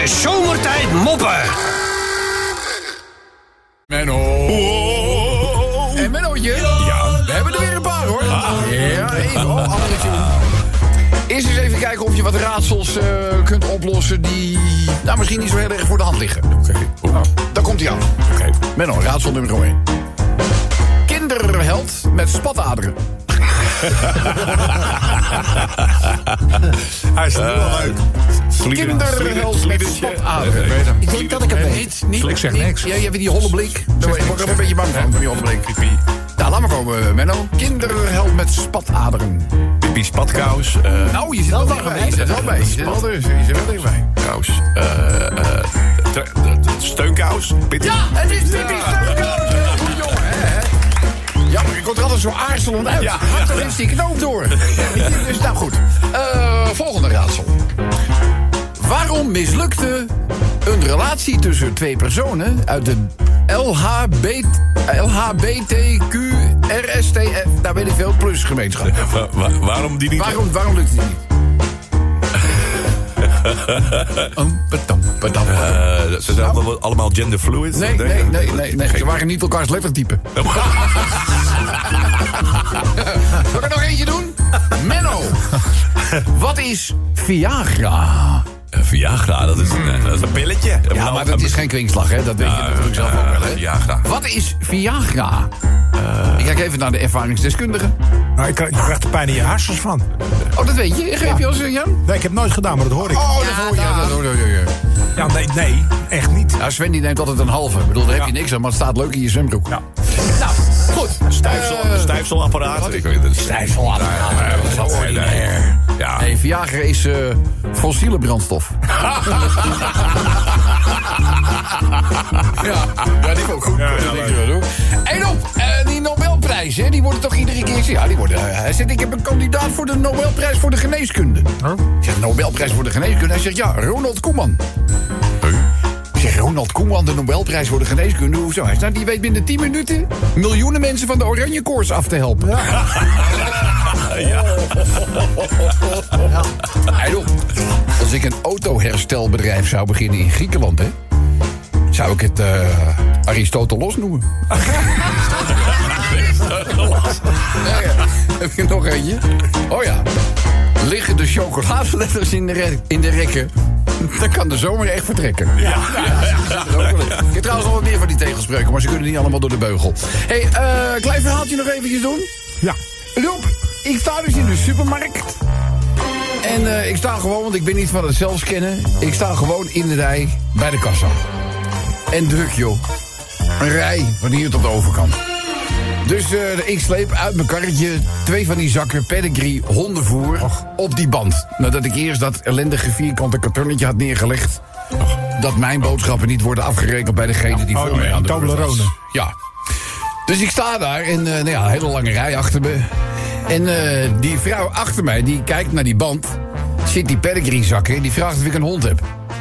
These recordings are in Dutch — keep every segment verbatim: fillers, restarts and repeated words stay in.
De zomertijd moppen. Menno. Wow. En Mennootje. Ja. We hebben er weer een paar, hoor. Ah. Ja, even. Oh, andertje. Eerst eens even kijken of je wat raadsels uh, kunt oplossen die nou, misschien niet zo heel erg voor de hand liggen. Oké. Okay. Nou, daar komt hij aan. Oké. Okay. Menno, raadsel nummer één. Kinderheld met spataderen. Hij is uh, wel leuk. Kinderheld met spataderen. Ik denk dat ik het weet. Niet, zeg niks. Ja, je hebt die holle blik. Daar word ik er een beetje bang van, van die holle blik. Nou, laat maar komen, Menno. Kinderheld met spataderen. Pipi spatkous. Uh, nou, je zit wel bij. Je zit wel bij. Je zit wel dus. Je zit wel dichtbij. Kous. Uh, uh, steunkous. Pitti. Ja, het is Pipi steunkous. Goed jongen, hè? Ja, maar je komt er altijd zo aarzelend uit. Ja. Hak toch eens die knoop door. Dus, nou goed. Uh, volgende raadsel. Waarom mislukte een relatie tussen twee personen uit de L H B T Q R S T F, nou weet ik veel, plus gemeenschap? Wa- wa- waarom die niet? Waarom, waarom lukt het niet? Uh, ze zijn allemaal, allemaal genderfluid? Nee, nee, nee, nee, nee. Ze waren niet elkaars lettertype. Zal ik er nog eentje doen? Menno. Wat is Viagra? Uh, Viagra, dat is, een, dat is een pilletje. Ja, maar dat is geen kwinkslag, hè? Dat weet je natuurlijk zelf ook wel, hè? Viagra. Wat is Viagra? Uh, ik kijk even naar de ervaringsdeskundige. Nou, ik, ik krijg er pijn in je hersens van. Oh, dat weet je? Geef je ja. als Jan? Nee, ik heb het nooit gedaan, maar dat hoor ik. Oh, dat hoor je. Ja, dat hoor je. Ja, nee, nee, echt niet. Nou, Sven die neemt altijd een halve. Ik bedoel, daar ja. heb je niks aan, maar het staat leuk in je zwembroek. Ja. Nou, goed. Stijfsel, uh, stijfselapparaat. Ik weet het. Stijfselapparaat. Ja, dat is wel ordinair. Ja. Nee, Viagra is uh, fossiele brandstof. ja. ja, die vond ik goed. Ja, ja, en op, uh, die Nobelprijs, hè, die worden toch iedere keer... Ja, die worden... Uh, hij zegt, ik heb een kandidaat voor de Nobelprijs voor de geneeskunde. Huh? Ik zeg, Nobelprijs voor de geneeskunde? Hij zegt, ja, Ronald Koeman. Huh? Ik zeg, Ronald Koeman, de Nobelprijs voor de geneeskunde? Hoezo? Hij zegt, die weet binnen tien minuten... miljoenen mensen van de oranje koorts af te helpen. Ja. ja. ja. Hey, als ik een autoherstelbedrijf zou beginnen in Griekenland, hè... zou ik het uh, Aristotelos noemen. ja, ja. Heb je nog eentje? Oh ja. Liggen de chocoladeletters in de, re- in de rekken... dan kan de zomer echt vertrekken. Ja. Ja, ja, ja. Ik heb trouwens nog wat meer van die tegelspreuken... maar ze kunnen niet allemaal door de beugel. Hé, hey, uh, klein verhaaltje nog eventjes doen? Ja. Roep, ik sta dus in de supermarkt... En uh, ik sta gewoon, want ik ben niet van het zelfscannen... ik sta gewoon in de rij bij de kassa. En druk, joh. Een rij van hier tot de overkant. Dus uh, ik sleep uit mijn karretje twee van die zakken pedigree hondenvoer Och. op die band. Nadat ik eerst dat ellendige vierkante kartonnetje had neergelegd... Och. dat mijn boodschappen niet worden afgerekend bij degene die oh, voor mij aan de beurt was. Ja. Dus ik sta daar en uh, nou ja, een hele lange rij achter me... En uh, die vrouw achter mij, die kijkt naar die band... zit die pedigree zakken en die vraagt of ik een hond heb.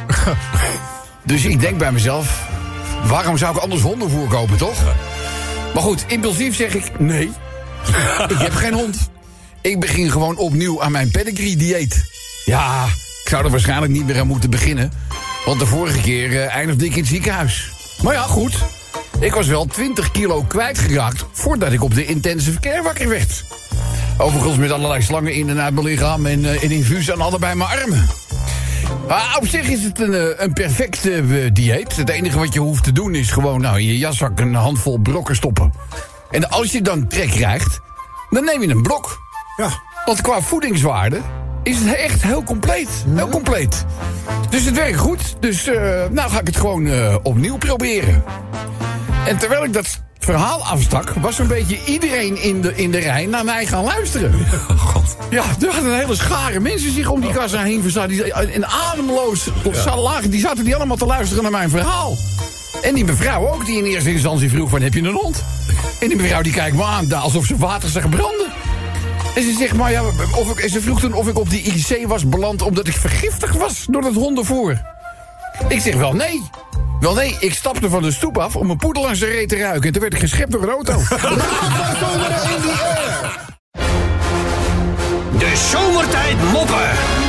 Dus ik denk bij mezelf... waarom zou ik anders hondenvoer kopen, toch? Maar goed, impulsief zeg ik nee. Ik heb geen hond. Ik begin gewoon opnieuw aan mijn pedigree-dieet. Ja, ik zou er waarschijnlijk niet meer aan moeten beginnen... want de vorige keer uh, eindigde ik in het ziekenhuis. Maar ja, goed... Ik was wel twintig kilo kwijtgeraakt... voordat ik op de intensive care wakker werd. Overigens met allerlei slangen in en uit mijn lichaam... en uh, een infuus aan allebei mijn armen. Maar op zich is het een, uh, een perfect uh, dieet. Het enige wat je hoeft te doen is gewoon... nou, in je jaszak een handvol brokken stoppen. En als je dan trek krijgt... dan neem je een blok. Ja. Want qua voedingswaarde... is het echt heel compleet. Heel compleet. Dus het werkt goed. Dus uh, nou ga ik het gewoon uh, opnieuw proberen. En terwijl ik dat verhaal afstak... was een beetje iedereen in de, in de rij naar mij gaan luisteren. Oh God. Ja, er hadden een hele schare mensen zich om die kassa heen verstaan. Die, en ademloos ja. lagen, die zaten die allemaal te luisteren naar mijn verhaal. En die mevrouw ook, die in eerste instantie vroeg van... heb je een hond? En die mevrouw die kijkt me aan, alsof ze water zag branden. En ze zegt, maar ja, of ik, en ze vroeg toen of ik op die I C was beland... omdat ik vergiftigd was door dat hondenvoer. Ik zeg wel nee. Wel nee, ik stapte van de stoep af om mijn poedel langs de reet te ruiken... en toen werd ik geschept door een auto. De zomertijd moppen.